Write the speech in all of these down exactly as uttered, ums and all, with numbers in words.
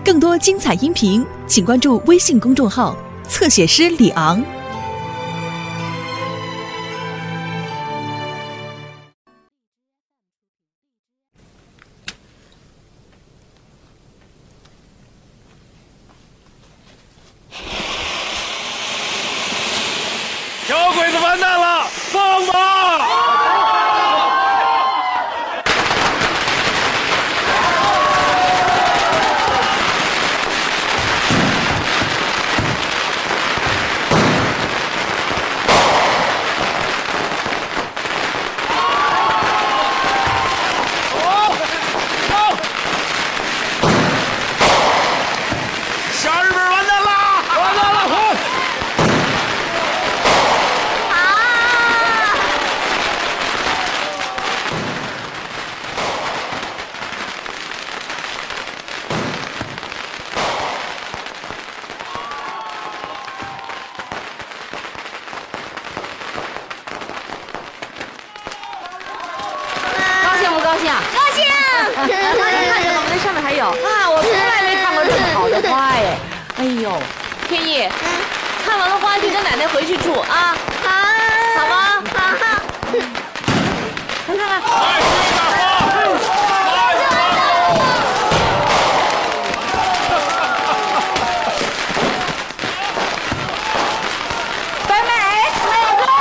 更多精彩音频，请关注微信公众号“侧写师李昂”。 小鬼子完蛋了，放吧！小日本完蛋了，完蛋了，快！ 高兴不高兴？ 高兴！ 看着我们那上面还有啊，我从来没看过这么好的花哎！哎呦，天意，看完了花就跟奶奶回去住啊！ 好， 好吗？ 好， 看看看。 哎，大花！ 白美，美子，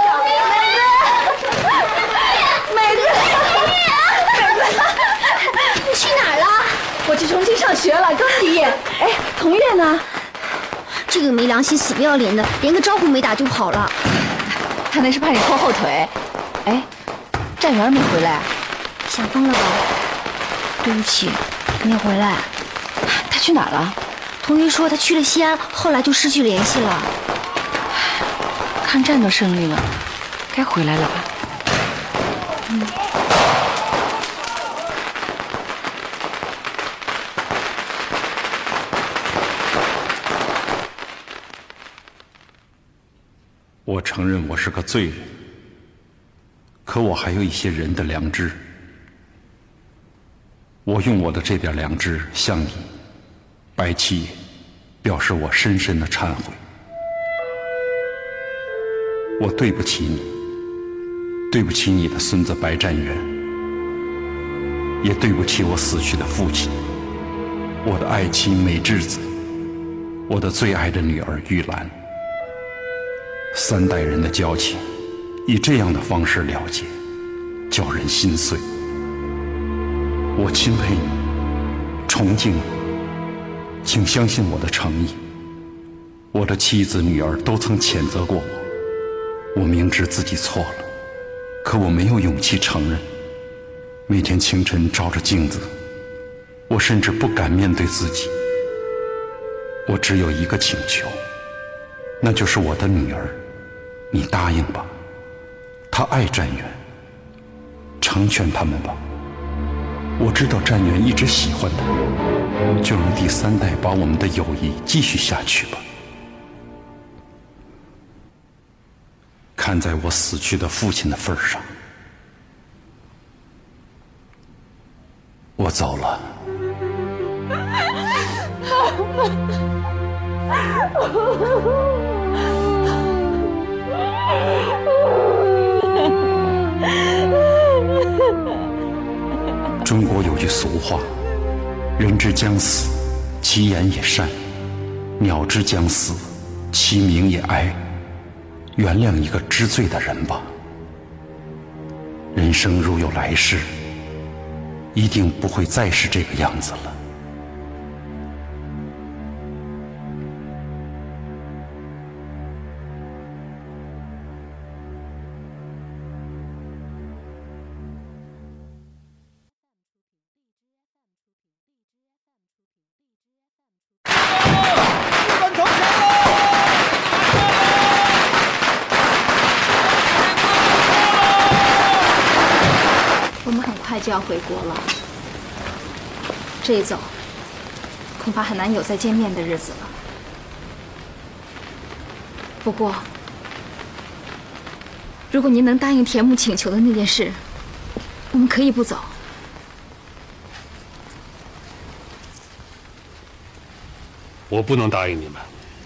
美子，美子， 你去哪儿了？ 我去重庆上学了，刚毕业。哎，童月呢？ 这个没良心、死不要脸的，连个招呼没打就跑了。 他那是怕你拖后腿。哎，站员没回来， 想疯了吧？对不起，没回来。 他去哪儿了？ 童瑜说他去了西安，后来就失去联系了。 抗战都胜利了，该回来了吧？ 嗯。 我承认我是个罪人，可我还有一些人的良知。我用我的这点良知向你，白七爷，表示我深深的忏悔。我对不起你，对不起你的孙子白占元，也对不起我死去的父亲，我的爱妻美智子，我的最爱的女儿玉兰。三代人的交情，以这样的方式了结，叫人心碎。我钦佩你，崇敬你，请相信我的诚意。我的妻子、女儿都曾谴责过我，我明知自己错了，可我没有勇气承认。每天清晨照着镜子，我甚至不敢面对自己。我只有一个请求，那就是我的女儿，你答应吧，她爱占元，成全他们吧。我知道占元一直喜欢她，就让第三代把我们的友谊继续下去吧。看在我死去的父亲的份上，我走了。中国有句俗话，人之将死，其言也善；鸟之将死，其鸣也哀。原谅一个知罪的人吧。人生如有来世，一定不会再是这个样子了。 我们很快就要回国了，这一走，恐怕很难有再见面的日子了。不过，如果您能答应田木请求的那件事，我们可以不走。 我不能答应你们。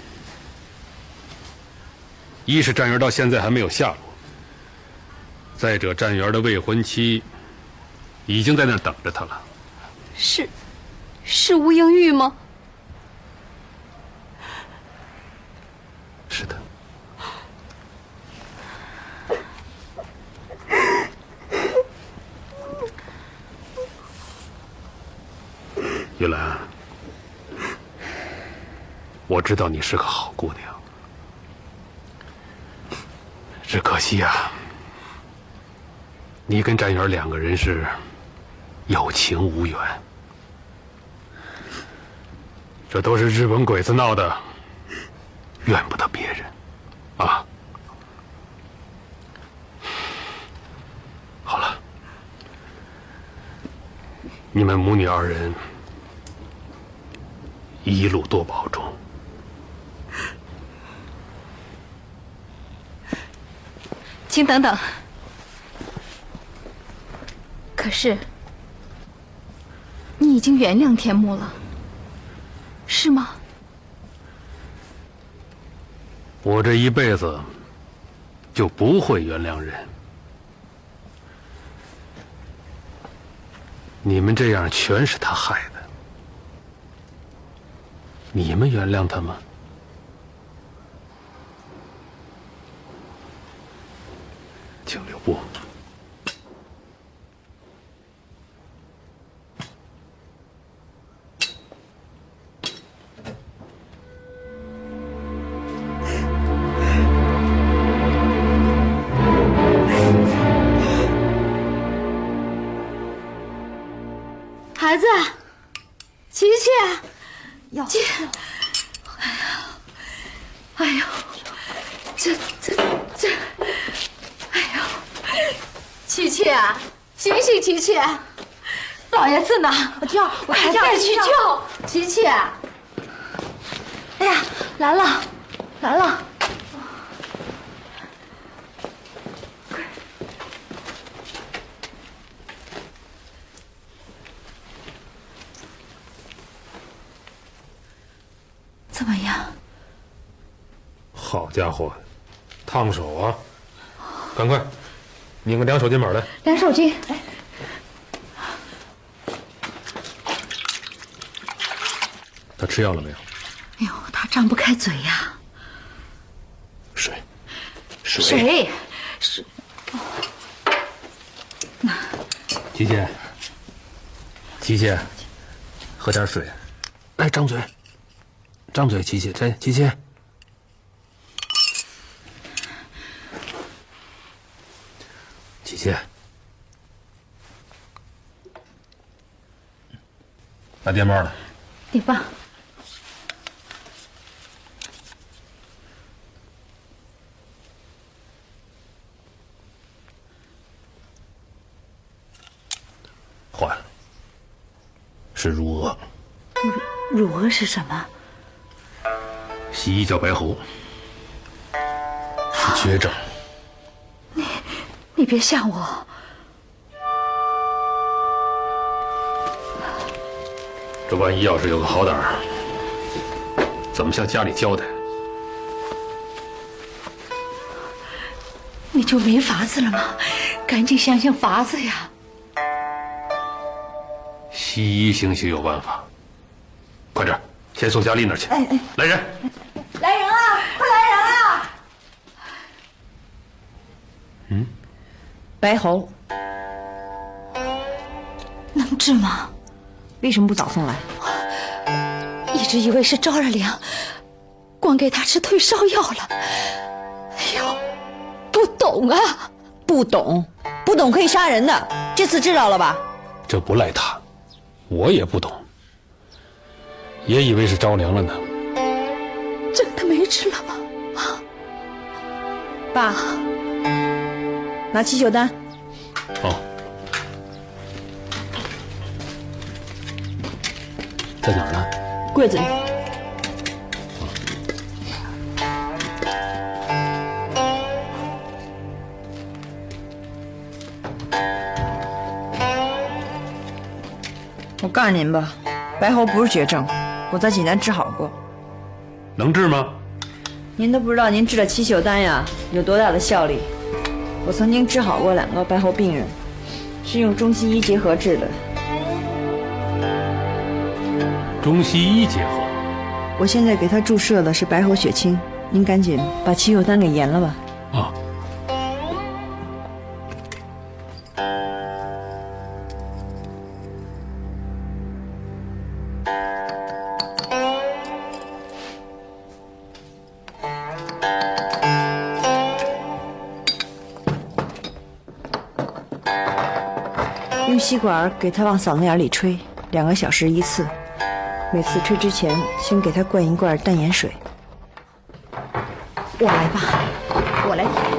一是战元到现在还没有下落，再者战元的未婚妻已经在那儿等着他了。 是，是吴英玉吗？ 是的。玉兰，我知道你是个好姑娘，只可惜啊，你跟战元两个人是有情无缘，这都是日本鬼子闹的，怨不得别人，啊。好了，你们母女二人一路多保重。 请等等。可是，你已经原谅天幕了，是吗？ 我这一辈子就不会原谅人。你们这样全是他害的，你们原谅他吗？请留步。 孩子，琪琪， 要琪，哎呀，哎呦，这这这，哎呦，琪琪，醒醒，琪琪，老爷子呢？ 我跳，我快再去救，琪琪。哎呀，来了，来了。 怎么样？ 好家伙，烫手啊！赶快，拧个凉手巾板来。 凉手巾。哎， 他吃药了没有？ 哎呦，他张不开嘴呀。 水，水， 水，水。那， 琪琪，琪琪，喝点水。来，张嘴。张嘴，琪琪，这琪琪，琪琪，拿电棒了。 电棒。 坏了，是乳鹅。 乳乳鹅是什么？ 西医叫白喉，是绝症。 你你别吓我。 这万一要是有个好歹儿，怎么向家里交代？ 你就没法子了吗？赶紧想想法子呀！ 西医兴许有办法，快点，先送佳丽那儿去。 哎哎， 来人！ 来人啊！快来人啊！ 嗯， 白喉能治吗？ 为什么不早送来？ 一直以为是着了凉，光给他吃退烧药了。哎呦，不懂啊！ 不懂，不懂可以杀人的。这次知道了吧？ 这不赖他，我也不懂，也以为是着凉了呢。 真的没治了吗？ 爸，拿气球单。 哦，在哪儿呢？ 柜子里。我告诉您吧，白喉不是绝症，我在济南治好过。 能治吗？ 您都不知道您治的七宿丹呀有多大的效力。我曾经治好过两个白喉病人，是用中西医结合治的。 中西医结合？ 我现在给他注射的是白喉血清，您赶紧把七宿丹给研了吧。 啊。 用吸管给他往嗓子眼里吹，两个小时一次。每次吹之前，先给他灌一罐淡盐水。我来吧，我来舔。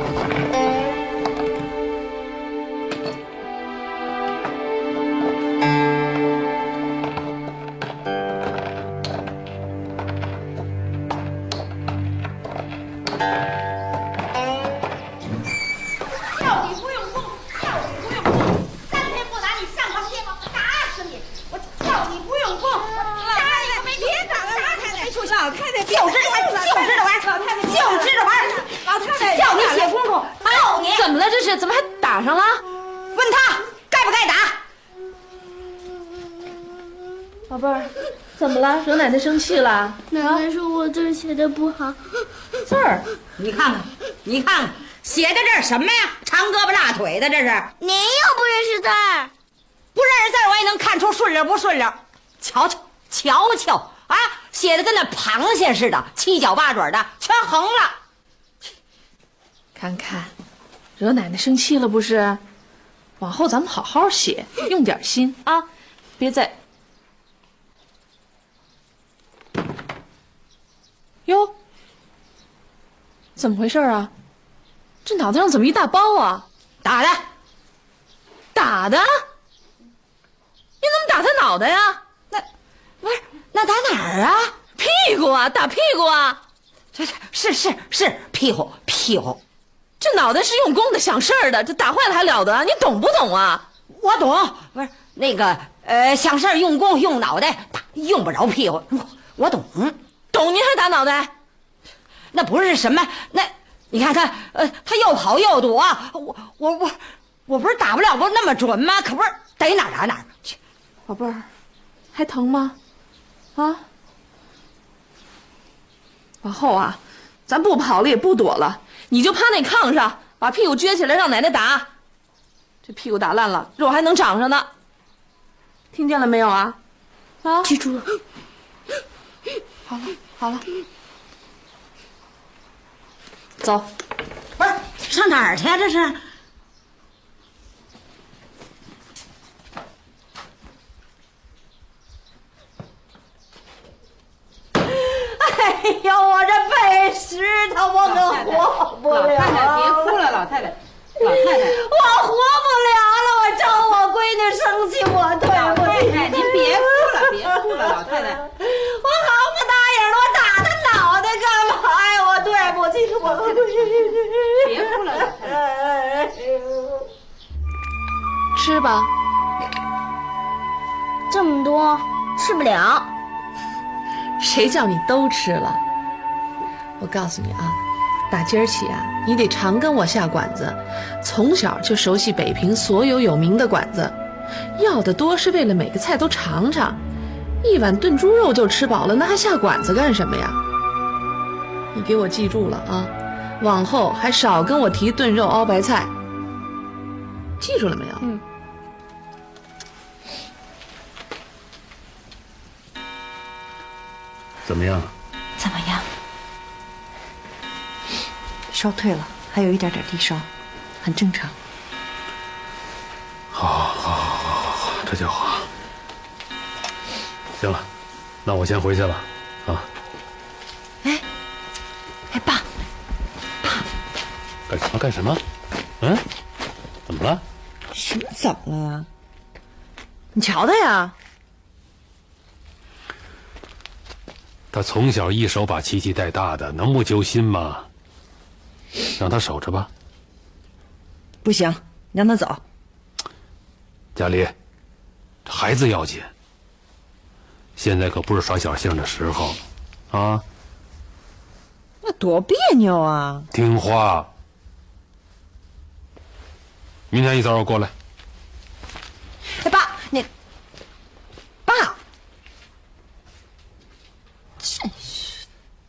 叫你不用动，叫你不用动，三天不打你上房间，我打死你！我叫你不用动，打你可没别打了，打太太，老太太就知道就知道玩，老太太就知道玩，老太太叫你写功夫，揍你！ 怎么了？这是怎么还打上了？ 问他该不该打？ 宝贝儿，怎么了？惹奶奶生气了？ 奶奶说我字儿写的不好。 字儿？ 你看看，你看看，写的这是什么呀？长胳膊拉腿的，这是。 您又不认识字儿， 不认识字儿我也能看出顺溜不顺溜。瞧瞧，瞧瞧啊，写的跟那螃蟹似的，七角八爪的，全横了。 看看，惹奶奶生气了不是？往后咱们好好写，用点心啊，别再……哟，怎么回事啊？这脑袋上怎么一大包啊？ 打的， 打的？你怎么打他脑袋呀？ 那不是那打哪儿啊？ 屁股啊，打屁股啊！ 这是是是屁股屁股。 这脑袋是用功的，想事儿的，这打坏了还了得？你懂不懂啊？ 我懂，不是那个呃，想事儿用功用脑袋，打用不着屁股。我我懂， 懂您还打脑袋？ 那不是什么那，你看他呃，他又跑又躲，我我我我不是打不了不那么准吗？可不是逮哪儿打哪儿去。 宝贝儿，还疼吗？啊？往后啊，咱不跑了也不躲了。你就趴那炕上，把屁股撅起来，让奶奶打。这屁股打烂了，肉还能长上呢。听见了没有啊？啊！ 记住了。 好了好了，走。 不是上哪儿去啊？这是。哎呦，我这背石头，我可活不了。 老太太，别哭了，老太太，老太太， 我活不了了，我招我闺女生气，我对不起。 太太，您别哭了，别哭了，老太太。 我好不答应了，我打他脑袋干嘛呀？我对不起我闺女。 别哭了，老太太。 吃吧。 这么多吃不了。 谁叫你都吃了？我告诉你啊，打今儿起啊，你得常跟我下馆子，从小就熟悉北平所有有名的馆子。要的多是为了每个菜都尝尝，一碗炖猪肉就吃饱了，那还下馆子干什么呀？你给我记住了啊，往后还少跟我提炖肉熬白菜，记住了没有？嗯。 怎么样？ 怎么样？烧退了，还有一点点低烧，很正常。 好，好，好，好，好，好，这就好。行了，那我先回去了，啊。 哎，哎，爸，爸， 干什么？干什么？嗯？怎么了？ 什么怎么了呀？你瞧他呀！ 他从小一手把琪琪带大的，能不揪心吗？让他守着吧。 不行，让他走。 佳丽，这孩子要紧。现在可不是耍小性的时候，啊！ 多别扭啊！ 听话。明天一早我过来。 哎，爸，你，爸，真是。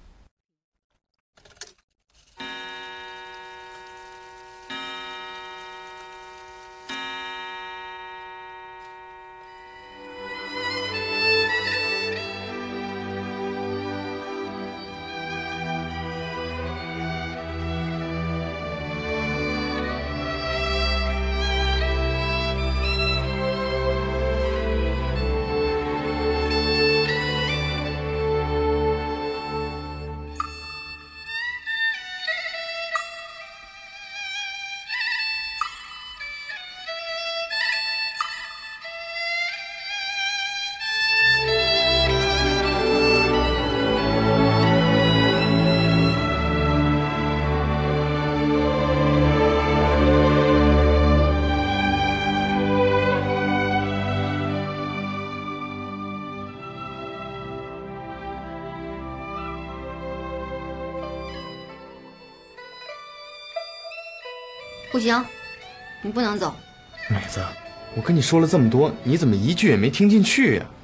不行，你不能走。 美子，我跟你说了这么多，你怎么一句也没听进去呀？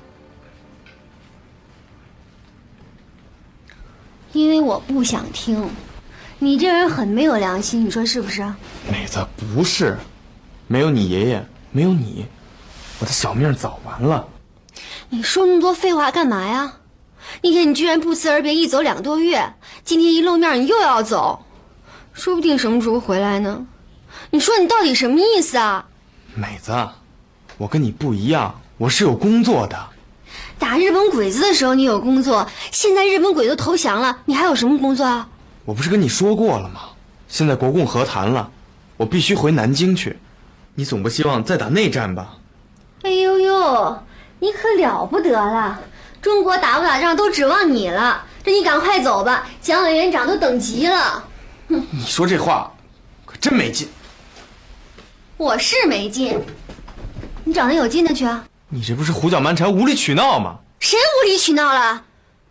因为我不想听。你这人很没有良心，你说是不是？ 美子，不是，没有你爷爷，没有你，我的小命早完了。 你说那么多废话干嘛呀？那天你居然不辞而别，一走两个多月，今天一露面你又要走，说不定什么时候回来呢？你说你到底什么意思啊？ 美子，我跟你不一样，我是有工作的。 打日本鬼子的时候你有工作，现在日本鬼都投降了，你还有什么工作啊？ 我不是跟你说过了吗？现在国共和谈了，我必须回南京去。你总不希望再打内战吧？ 哎呦呦，你可了不得了！中国打不打仗都指望你了，这你赶快走吧，蒋委员长都等急了。哼， 你说这话可真没劲。 我是没劲，你长得有劲的去啊！ 你这不是胡搅蛮缠、无理取闹吗？ 谁无理取闹了？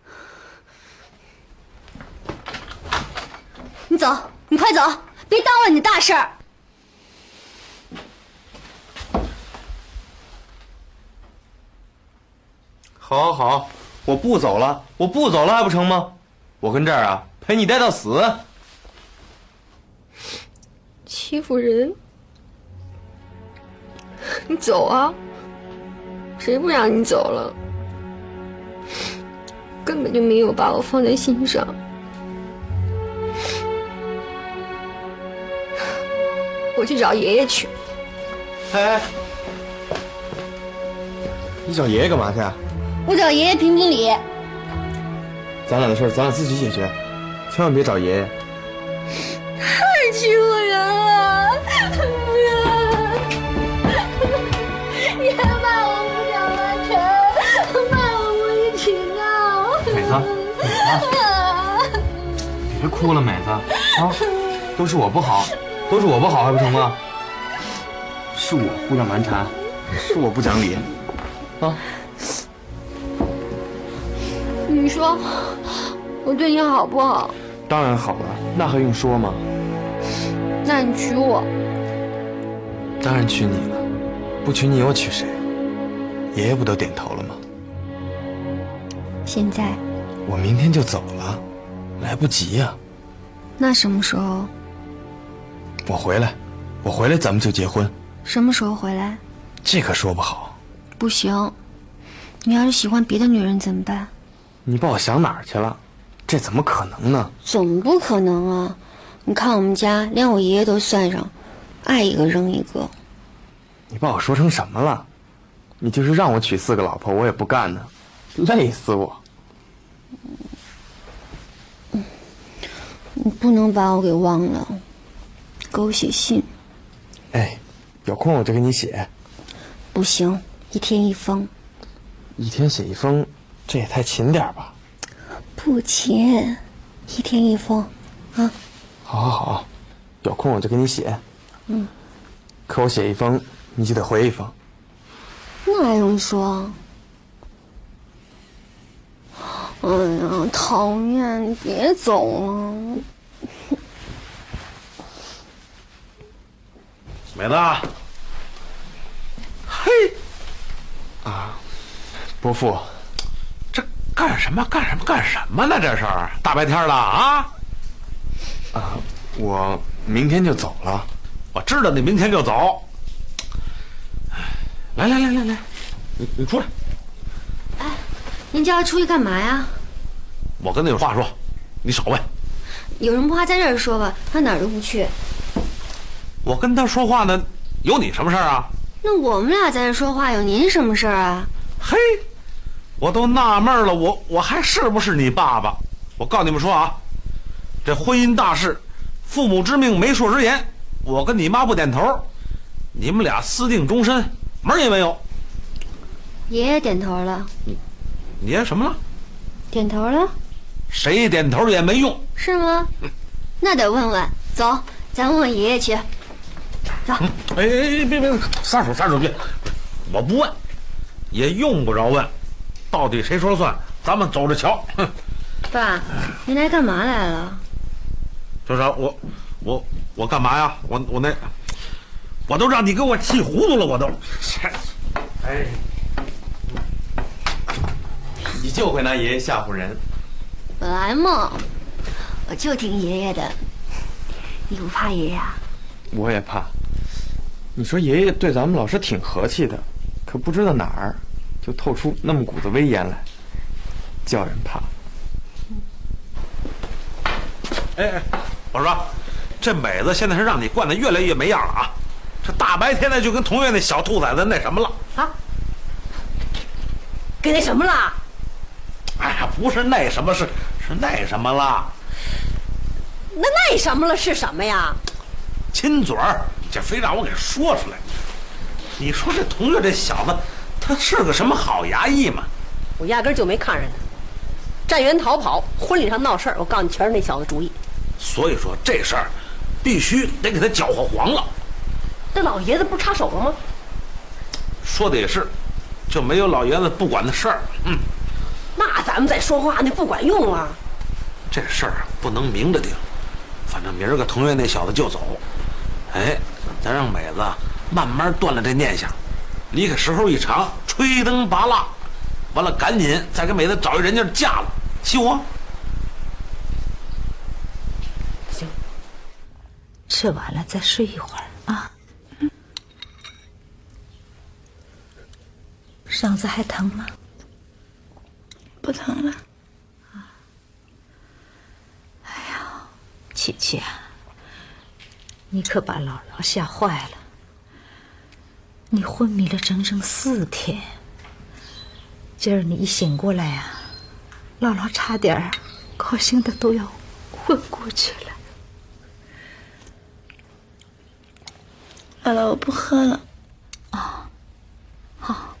你走，你快走，别耽误你的大事儿。 好，好，好，我不走了，我不走了还不成吗？我跟这儿啊，陪你待到死。 欺负人，你走啊！谁不让你走了？根本就没有把我放在心上。我去找爷爷去。 哎哎，你找爷爷干嘛去？ 我找爷爷评评理。 咱俩的事儿咱俩自己解决，千万别找爷爷。 太欺负人了！你还骂我胡搅蛮缠，骂我无理取闹。 美子，美子，别哭了，美子啊，都是我不好，都是我不好还不成吗？是我胡搅蛮缠，是我不讲理，啊。 你说我对你好不好？ 当然好了，那还用说吗？ 那你娶我？ 当然娶你了，不娶你我娶谁？爷爷不都点头了吗？ 现在我明天就走了，来不及呀。 那什么时候？ 我回来，我回来咱们就结婚。 什么时候回来？ 这可说不好。 不行，你要是喜欢别的女人怎么办？ 你把我想哪儿去了？这怎么可能呢？ 总不可能啊！你看我们家连我爷爷都算上，爱一个扔一个。 你把我说成什么了？你就是让我娶四个老婆，我也不干呢，累死我。 你不能把我给忘了，给我写信。 哎，有空我就给你写。 不行，一天一封。 一天写一封，这也太勤点吧？ 不勤，一天一封，啊。 好，好，好，有空我就给你写。 嗯。 可我写一封，你就得回一封。 那还用说？ 哎呀，讨厌！你别走啊！ 美子，嘿， 啊，伯父， 这干什么？干什么？干什么呢？这是大白天的啊！ 啊，我明天就走了。 我知道你明天就走。来来来来来，你你出来。 哎，您叫他出去干嘛呀？ 我跟他有话说，你少问。 有什么话在这儿说吧，他哪儿都不去。 我跟他说话呢，有你什么事儿啊？ 那我们俩在这说话，有您什么事儿啊？ 嘿，我都纳闷了，我我还是不是你爸爸？我告诉你们说啊，这婚姻大事，父母之命，媒妁之言，我跟你妈不点头，你们俩私定终身，门也没有。 爷爷点头了。 你你爷什么了？ 点头了。 谁点头也没用。 是吗？那得问问。走，咱问问爷爷去。走。 哎哎别别，撒手撒手别！我不问，也用不着问，到底谁说了算？咱们走着瞧。 爸，您来干嘛来了？ 就是我我我干嘛呀？我我那我都让你给我气糊涂了，我都。 哎，你就会拿爷爷吓唬人。 本来嘛，我就听爷爷的。你不怕爷爷啊？ 我也怕。你说爷爷对咱们老是挺和气的，可不知道哪儿就透出那么股子威严来，叫人怕。 哎哎，我说，这美子现在是让你惯得越来越没样了啊！这大白天的就跟同院那小兔崽子那什么了啊？跟那什么了？ 哎呀，不是那什么，是是那什么了。 那那什么了是什么呀？ 亲嘴儿，这非让我给说出来。你说这同学这小子，他是个什么好衙役吗？ 我压根儿就没看上他，站员逃跑，婚礼上闹事儿，我告诉你，全是那小子主意。 所以说这事儿，必须得给他搅和黄了。 那老爷子不是插手了吗？ 说的也是，就没有老爷子不管的事儿。嗯， 那咱们再说话那不管用啊。 这事儿不能明着定，反正明儿个同学那小子就走。哎，咱让美子慢慢锻炼这念想，离开时候一长，吹灯拔蜡，完了赶紧再给美子找一人家嫁了，行不？ 行，吃完了再睡一会儿啊。嗯，嗓子还疼吗？ 不疼了。 哎呀，琪琪啊，你可把姥姥吓坏了。你昏迷了整整四天，今儿你一醒过来啊，姥姥差点儿高兴的都要昏过去了。 姥姥，我不喝了。 啊，好。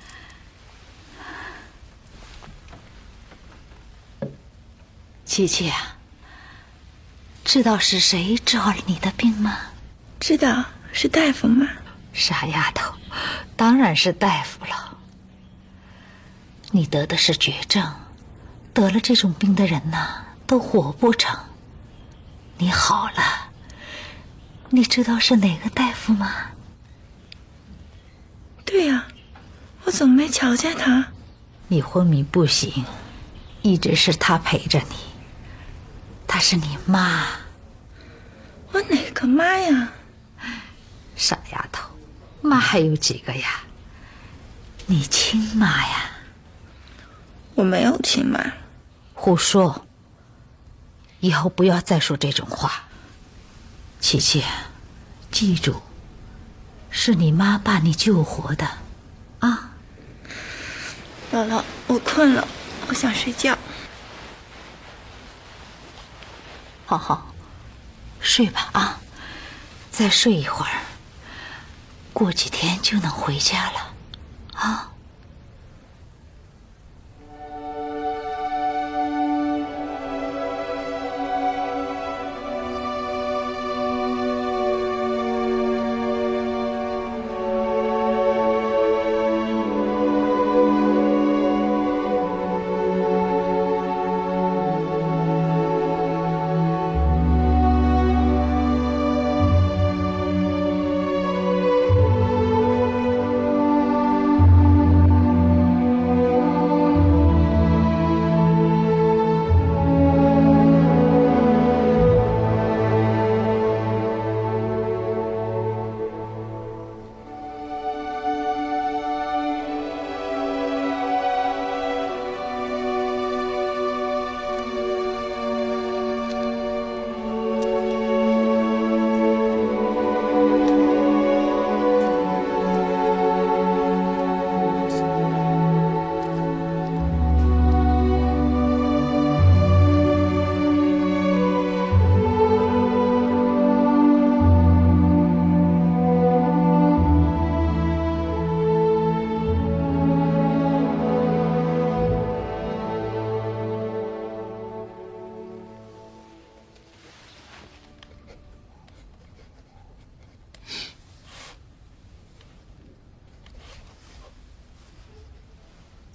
琪琪啊，知道是谁治好了你的病吗？ 知道，是大夫吗？ 傻丫头，当然是大夫了。你得的是绝症，得了这种病的人呐，都活不成。你好了，你知道是哪个大夫吗？ 对呀、啊，我怎么没瞧见他？ 你昏迷不醒，一直是他陪着你。她是你妈。 我哪个妈呀？ 傻丫头，妈还有几个呀？你亲妈呀？ 我没有亲妈。 胡说！以后不要再说这种话。琪琪，记住，是你妈把你救活的，啊！ 姥姥，我困了，我想睡觉。 好好睡吧啊，再睡一会儿，过几天就能回家了，啊。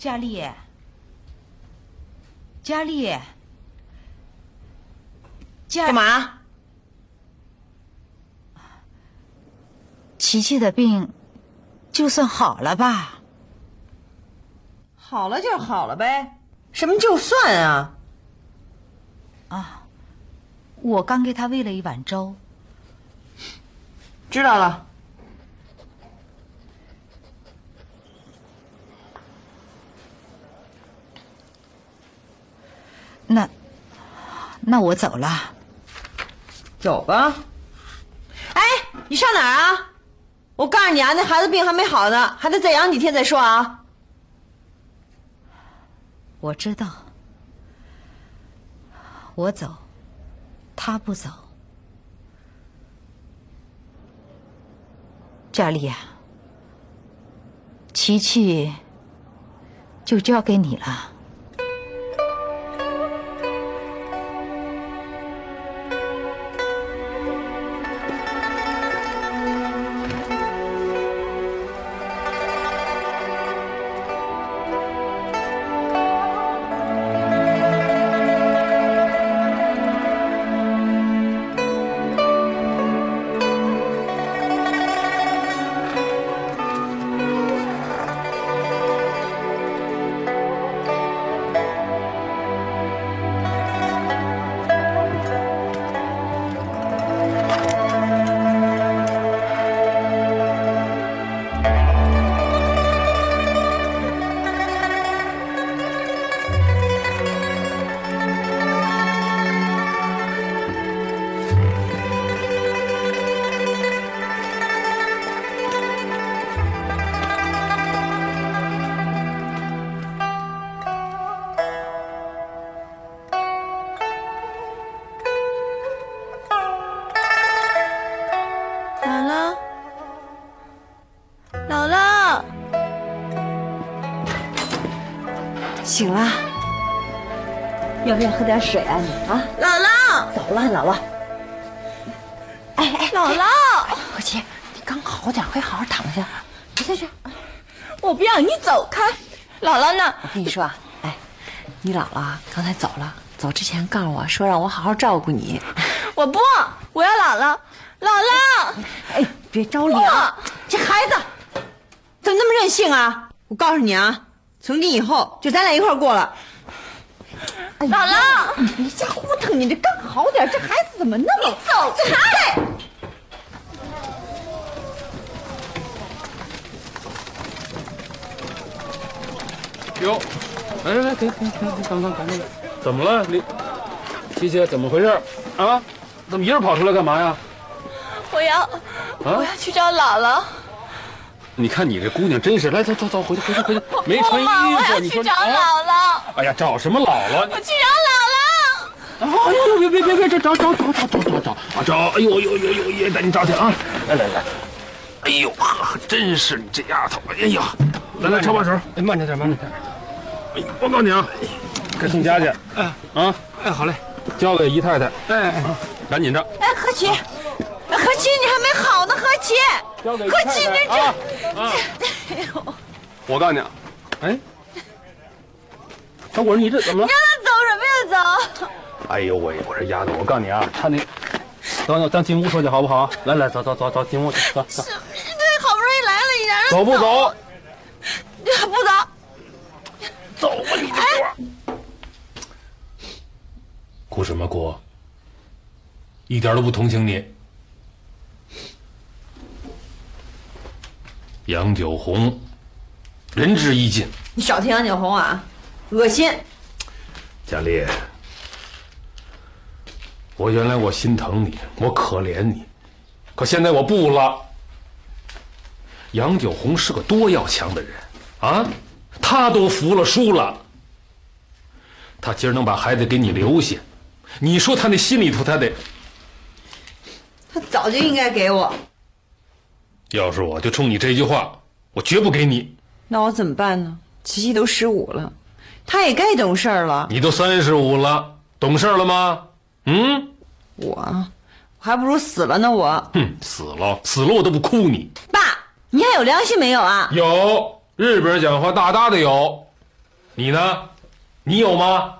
佳丽，佳丽，佳干嘛？ 琪琪的病就算好了吧？ 好了就好了呗，什么就算啊？ 啊，我刚给他喂了一碗粥。 知道了。 那，那我走了。 走吧。哎，你上哪儿啊？我告诉你啊，那孩子病还没好呢，还得再养几天再说啊。 我知道。我走，他不走。佳丽呀，琪琪就交给你了。 醒了，要不要喝点水啊你啊？ 姥姥， 走了，姥姥。哎哎， 姥姥， 何琪，你刚好点，快好好躺下。你下去。 我不要，你走开。姥姥呢？ 我跟你说啊，哎，你姥姥刚才走了，走之前告诉我说让我好好照顾你。 我不，我要姥姥，姥姥。 哎，别着急啊，这孩子怎么那么任性啊？我告诉你啊。从今以后就咱俩一块儿过了。 哎、姥姥， 你别瞎胡腾，你这刚好点，这孩子怎么那么…… 你走开！ 哟，来来来，给给给，刚刚赶紧来，怎么了？你琪琪怎么回事啊？怎么一人跑出来干嘛呀？ 我要， 啊、 我要去找姥姥。 你看你这姑娘真是，来走走走，回去回去回去，没穿衣服，你说找姥姥。 哎呀，找什么姥姥？ 我去找姥姥。 哎呦，别别别别，这找找找找找找找啊找！哎呦呦呦呦，爷带你找去啊！来来来，哎呦呵，真是你这丫头！哎呀，来来，抄把手，哎，慢点点，慢点点。哎，我告诉你啊，该送家去。哎啊，哎，好嘞，交给姨太太。哎哎，赶紧着。 哎，何琪，何琪，你还没好呢，何琪。何琪，你这…… 啊！哎呦！我告诉你，哎，小果，你这怎么了？ 你让他走什么呀走？ 哎呦喂！我说丫头，我告诉你啊，他那，等咱进屋说去好不好？来来，走走走走，进屋去，走走。 对，好不容易来了，你让人走不走？ 不走。 走吧，你这锅！哭什么哭？一点都不同情你。杨九红，仁至义尽。 你少听杨九红啊，恶心。 佳丽，我原来我心疼你，我可怜你，可现在我不了。杨九红是个多要强的人啊，他都服了输了。他今儿能把孩子给你留下，你说他那心里头他得…… 他早就应该给我。 要是我就冲你这句话，我绝不给你。 那我怎么办呢？琪琪都十五了，他也该懂事了。 你都三十五了，懂事了吗？嗯， 我，我还不如死了呢。我， 哼，死了，死了我都不哭你。 爸，你还有良心没有啊？ 有，日本人讲话大大的有。 你呢？你有吗？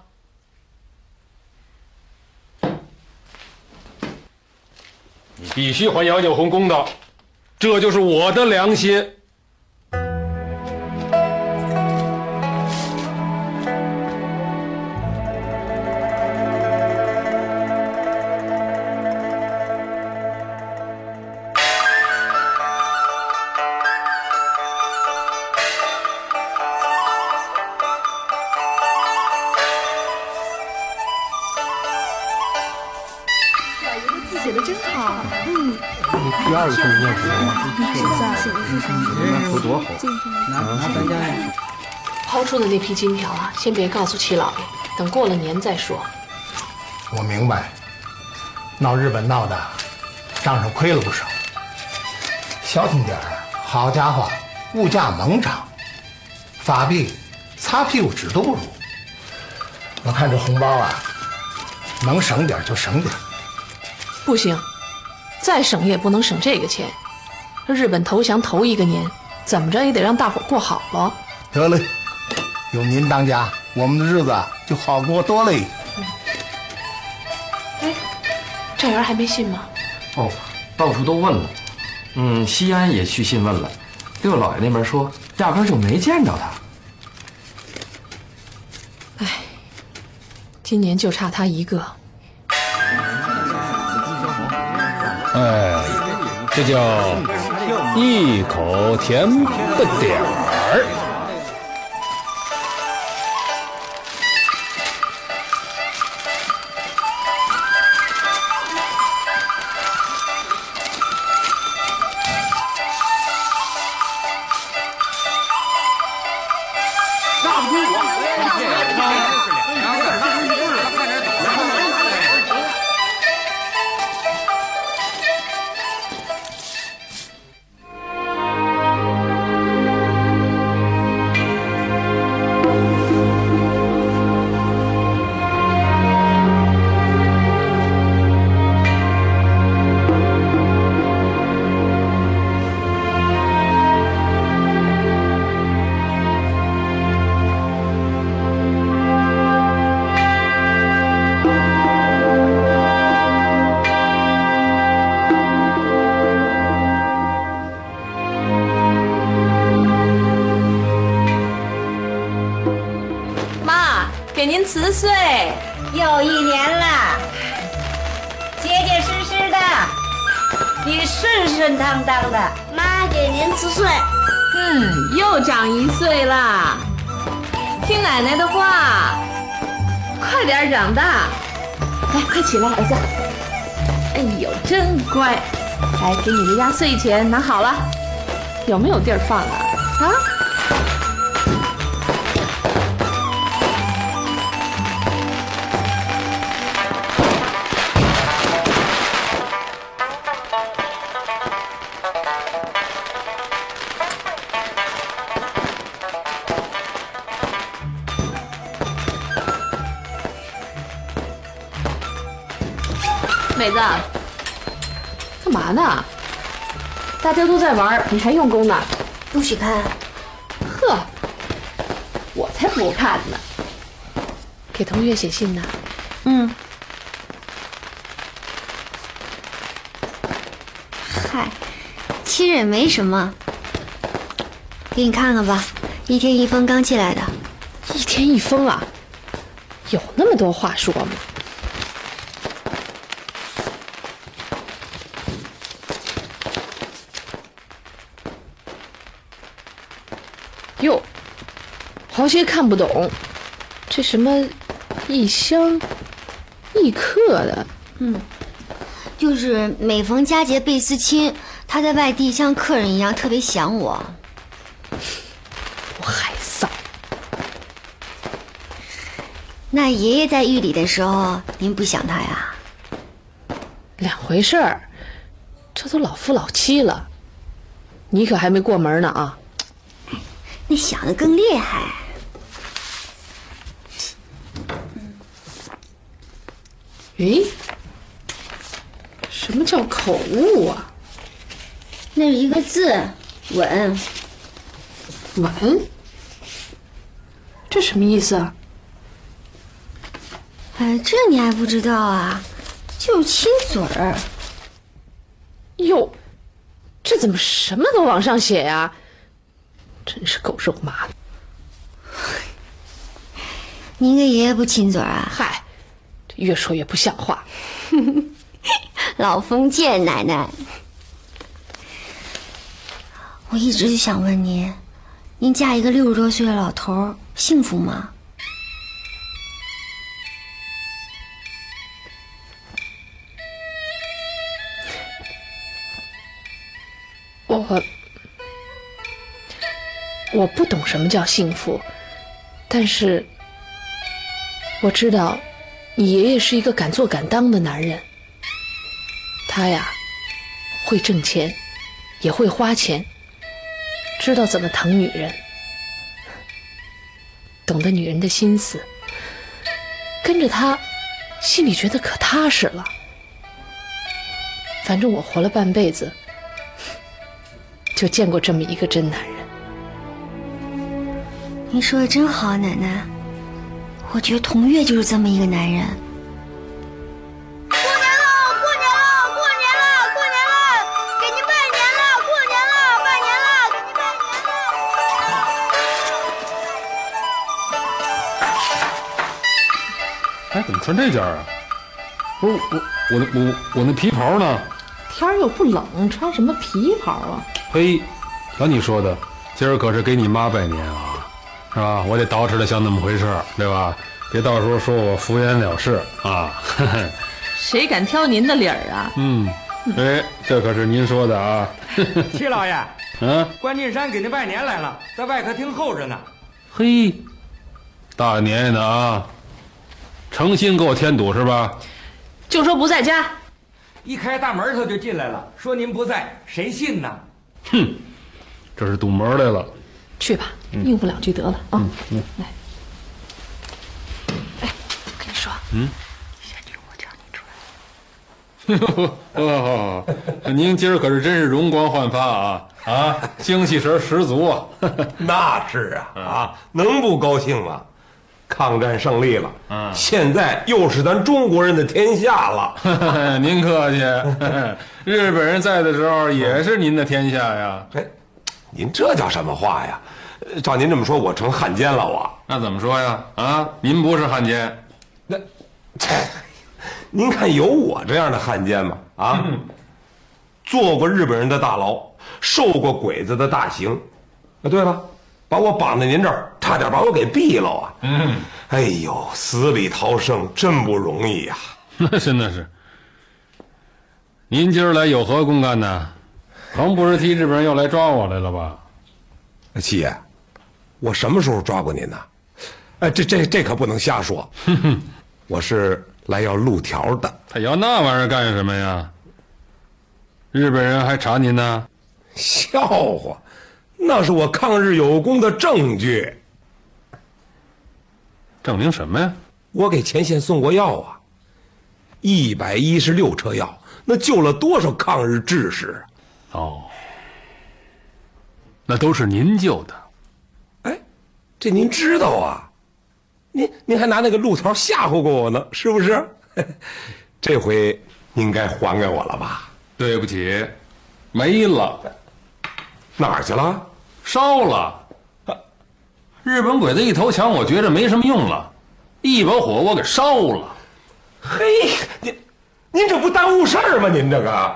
你必须还杨九红公道，这就是我的良心。 写的真好，嗯。 第二个字念什么？ 写的是什么？ 说多好。 拿拿咱家呀。 抛出的那批金条啊，先别告诉齐老爷，等过了年再说。 我明白，闹日本闹的，账上亏了不少。消停点儿，好家伙，物价猛涨，发币擦屁股纸都不如。我看这红包啊，能省点就省点。 不行，再省也不能省这个钱。日本投降头一个年，怎么着也得让大伙过好了。 得嘞，有您当家，我们的日子就好过多嘞。 哎，赵元还没信吗？ 哦，到处都问了，嗯，西安也去信问了，六老爷那边说压根就没见着他。 哎，今年就差他一个。 哎，这叫一口甜不点儿。 那不归我。 给您辞岁，又一年了，结结实实的，你顺顺当当的。 妈，给您辞岁。 嗯，又长一岁了，听奶奶的话，快点长大。来，快起来，儿子。哎呦，真乖。来，给你的压岁钱拿好了，有没有地儿放啊？啊？美子，干嘛呢？大家都在玩，你还用功呢？ 不许看。 呵，我才不看呢。 给同学写信呢。 嗯。嗨，其实也没什么。给你看看吧，一天一封刚寄来的。 一天一封啊？有那么多话说吗？哟，好些看不懂，这什么一箱一克的？ 嗯，就是每逢佳节倍思亲，他在外地像客人一样特别想我。 我害臊。 那爷爷在狱里的时候，您不想他呀？ 两回事儿，这都老夫老妻了，你可还没过门呢啊！ 你想的更厉害。 诶，什么叫口误啊？ 那是一个字，吻。 吻？ 这什么意思啊？ 哎，这你还不知道啊？就是亲嘴儿。 哟，这怎么什么都往上写呀？真是狗肉麻的。 您跟爷爷不亲嘴啊？ 嗨，这越说越不像话。 老封建奶奶，我一直就想问您，您嫁一个六十多岁的老头儿，幸福吗？ 我我不懂什么叫幸福，但是我知道你爷爷是一个敢做敢当的男人。他呀，会挣钱，也会花钱，知道怎么疼女人，懂得女人的心思。跟着他，心里觉得可踏实了。反正我活了半辈子，就见过这么一个真男人。 您说的真好，奶奶。我觉得童月就是这么一个男人。 哎，怎么穿这件啊？不是我，我那我我那皮袍呢？ 天儿又不冷，穿什么皮袍啊？ 嘿，瞧你说的，今儿可是给你妈拜年啊，是吧？我得捯饬的像那么回事儿，对吧？别到时候说我敷衍了事啊。 谁敢挑您的理儿啊？ 嗯，哎，这可是您说的啊。 齐老爷， 嗯， 关进山给您拜年来了，在外客厅候着呢。 嘿，大年的啊！诚心给我添堵是吧？ 就说不在家， 一开大门他就进来了，说您不在，谁信呢？ 哼，这是堵门来了。 去吧，嗯、应付两句得了啊。嗯嗯，来，哎，我跟你说， 嗯， 下去我叫你出来。好好好，您今儿可是真是容光焕发啊啊，精气神十足啊。 那是啊啊，能不高兴吗？抗战胜利了，嗯，现在又是咱中国人的天下了。 您客气，日本人在的时候也是您的天下呀。 哎，您这叫什么话呀？照您这么说，我成汉奸了我。 那怎么说呀？啊，您不是汉奸， 那，您看有我这样的汉奸吗？啊，嗯、做过日本人的大牢，受过鬼子的大刑。啊，对了。把我绑在您这儿，差点把我给毙了啊！嗯，哎呦，死里逃生真不容易呀、 啊！那是那是。您今儿来有何公干呢？横不是替日本人又来抓我来了吧？ 七爷，我什么时候抓过您呢？哎，这这这可不能瞎说。哼哼，我是来要路条的。 他要那玩意儿干什么呀？日本人还查您呢？ 笑话！那是我抗日有功的证据。 证明什么呀？ 我给前线送过药啊，一百一十六车药，那救了多少抗日志士？ 哦，那都是您救的。 哎，这您知道啊？您您还拿那个路条吓唬过我呢，是不是？这回您该还给我了吧？ 对不起，没了。 哪儿去了？ 烧了。日本鬼子一投降，我觉着没什么用了，一把火我给烧了。 嘿，您您这不耽误事儿吗？您这个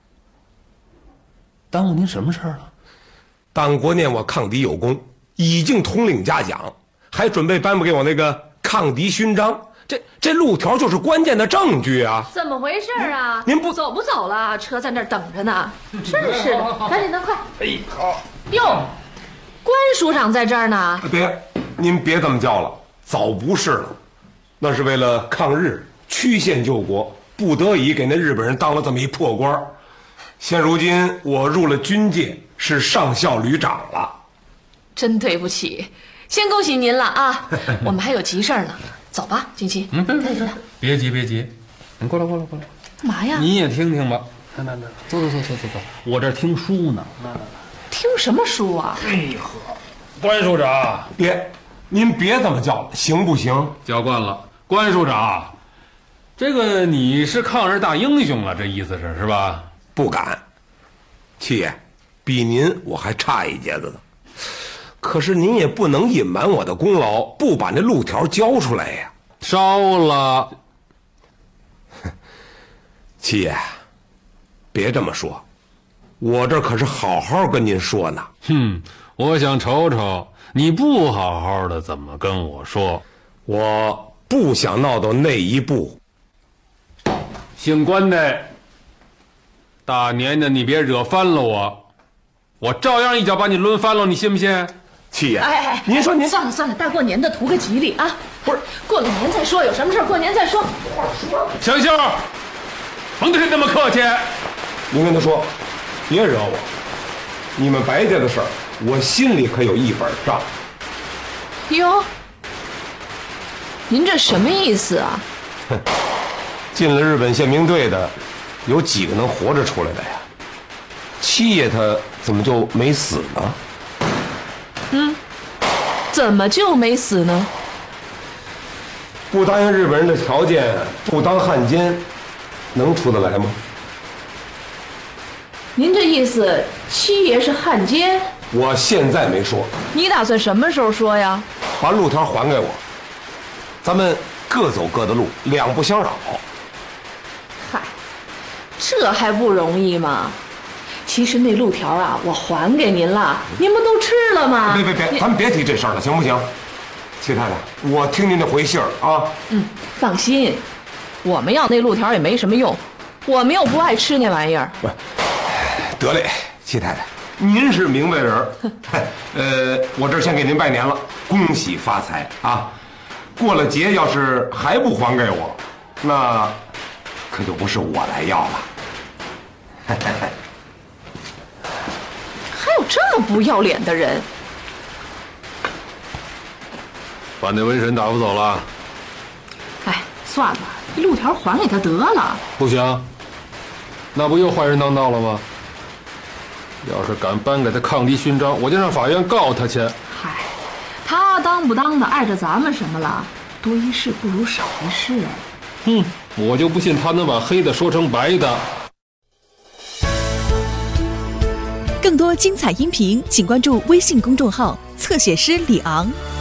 耽误您什么事儿了？ 党国念我抗敌有功，已经统领嘉奖，还准备颁布给我那个抗敌勋章。这这路条就是关键的证据啊！ 怎么回事啊？ 您不走不走了？车在那儿等着呢。真是的，赶紧的，快！ 哎，好。 哟，关署长在这儿呢。 别，您别这么叫了，早不是了。那是为了抗日，曲线救国，不得已给那日本人当了这么一破官。现如今我入了军界，是上校旅长了。 真对不起，先恭喜您了啊！我们还有急事儿呢。走吧，金熙。嗯，快点， 别急，别急，你过来，过来，过来。 干嘛呀？ 你也听听吧。来来来，走走走走走走，我这听书呢。来来来， 听什么书啊？ 哎呵，关署长， 别， 您别这么叫了，行不行？ 叫惯了。关署长，这个你是抗日大英雄了，这意思是是吧？ 不敢，七爷，比您我还差一截子呢。可是您也不能隐瞒我的功劳，不把那路条交出来呀。 烧了。 七爷，别这么说，我这可是好好跟您说呢。 哼，我想瞅瞅你不好好的怎么跟我说。 我不想闹到那一步。 姓关的，大年的你别惹翻了我，我照样一脚把你抡翻了，你信不信？ 七爷， 哎哎， 您说您算了算了，大过年的图个吉利啊！不是，过了年再说，有什么事过年再说。 香秀，甭对他那么客气。 您跟他说，别惹我。你们白家的事儿，我心里可有一本账。 哟，您这什么意思啊？ 哼，进了日本宪兵队的，有几个能活着出来的呀？七爷他怎么就没死呢？ 嗯，怎么就没死呢？ 不答应日本人的条件，不当汉奸，能出得来吗？ 您这意思，七爷是汉奸？ 我现在没说。 你打算什么时候说呀？ 把路条还给我，咱们各走各的路，两不相扰。 嗨，这还不容易吗？其实那路条啊，我还给您了，您不都吃了吗？ 别别别，咱们别提这事儿了，行不行？七太太，我听您的回信儿啊。 嗯，放心，我们要那路条也没什么用，我们又不爱吃那玩意儿。 得嘞，七太太，您是明白人儿。呃，我这儿先给您拜年了，恭喜发财啊！过了节要是还不还给我，那可就不是我来要了。 还有这么不要脸的人！ 把那瘟神打发走了。 哎，算了，这路条还给他得了。 不行，那不又坏人当道了吗？要是敢颁给他抗敌勋章，我就让法院告他去。 嗨，他当不当的碍着咱们什么了？多一事不如少一事。 哼，我就不信他能把黑的说成白的。 更多精彩音频，请关注微信公众号“侧写师李昂”。